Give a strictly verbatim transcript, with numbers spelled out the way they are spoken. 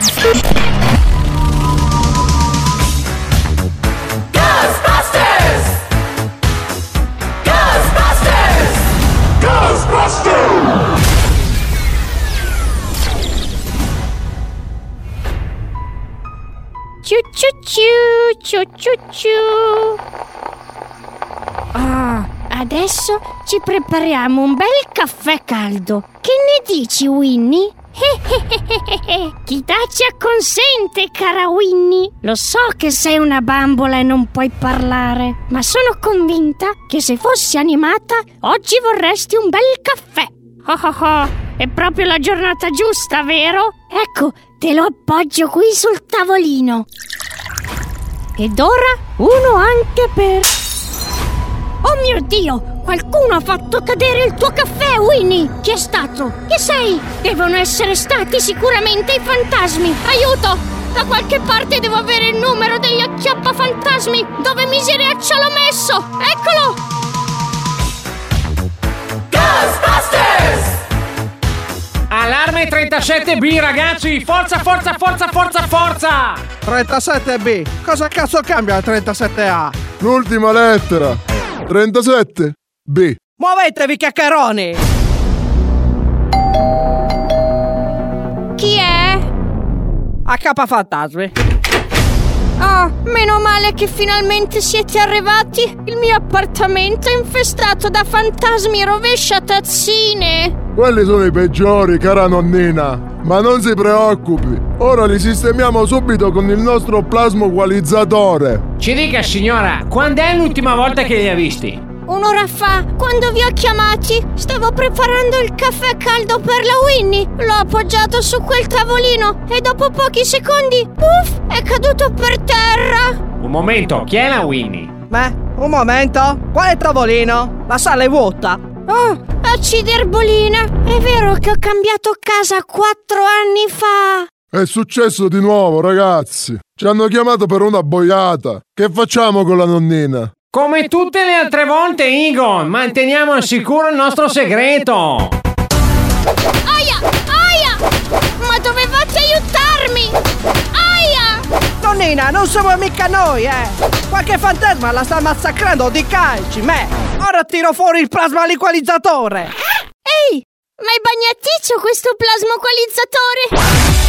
Ghostbusters! Ghostbusters! Ghostbusters! Ciu ciu ciu, ciu ciu ciu. Ah, adesso ci prepariamo un bel caffè caldo. Che ne dici, Winnie? Chi tace acconsente, cara Winnie. Lo so che sei una bambola e non puoi parlare, ma sono convinta che se fossi animata oggi vorresti un bel caffè. Oh oh oh, è proprio la giornata giusta, vero? Ecco, te lo appoggio qui sul tavolino. Ed ora uno anche per... Oh mio Dio! Qualcuno ha fatto cadere il tuo caffè, Winnie! Chi è stato? Chi sei? Devono essere stati sicuramente i fantasmi! Aiuto! Da qualche parte devo avere il numero degli acchiappafantasmi! Dove misereccia l'ho messo? Eccolo! Ghostbusters! Allarme trentasette B, ragazzi! Forza, forza, forza, forza, forza! trentasette B? Cosa cazzo cambia il trentasette A? L'ultima lettera. trentasette B. Muovetevi, caccaroni! Chi è? Acchiappafantasmi. Oh, meno male che finalmente siete arrivati. Il mio appartamento è infestato da fantasmi rovesciatazzine. Quelli sono i peggiori, cara nonnina. Ma non si preoccupi, ora li sistemiamo subito con il nostro plasmoqualizzatore. Ci dica, signora, quando è l'ultima volta che li ha visti? Un'ora fa, quando vi ho chiamati, stavo preparando il caffè caldo per la Winnie. L'ho appoggiato su quel tavolino e dopo pochi secondi, puff, è caduto per terra. Un momento, chi è la Winnie? Beh, un momento. Quale tavolino? La sala è vuota. Oh, acciderbolina, è vero che ho cambiato casa quattro anni fa. È successo di nuovo, ragazzi. Ci hanno chiamato per una boiata. Che facciamo con la nonnina? Come tutte le altre volte, Egon, manteniamo al sicuro il nostro segreto. Aia, aia, ma dovevate aiutarmi. Aia. Nonnina, non siamo mica noi, eh! Qualche fantasma la sta massacrando di calci, me! Ora tiro fuori il plasma liqualizzatore! Ehi, ma è bagnaticcio questo plasma equalizzatore!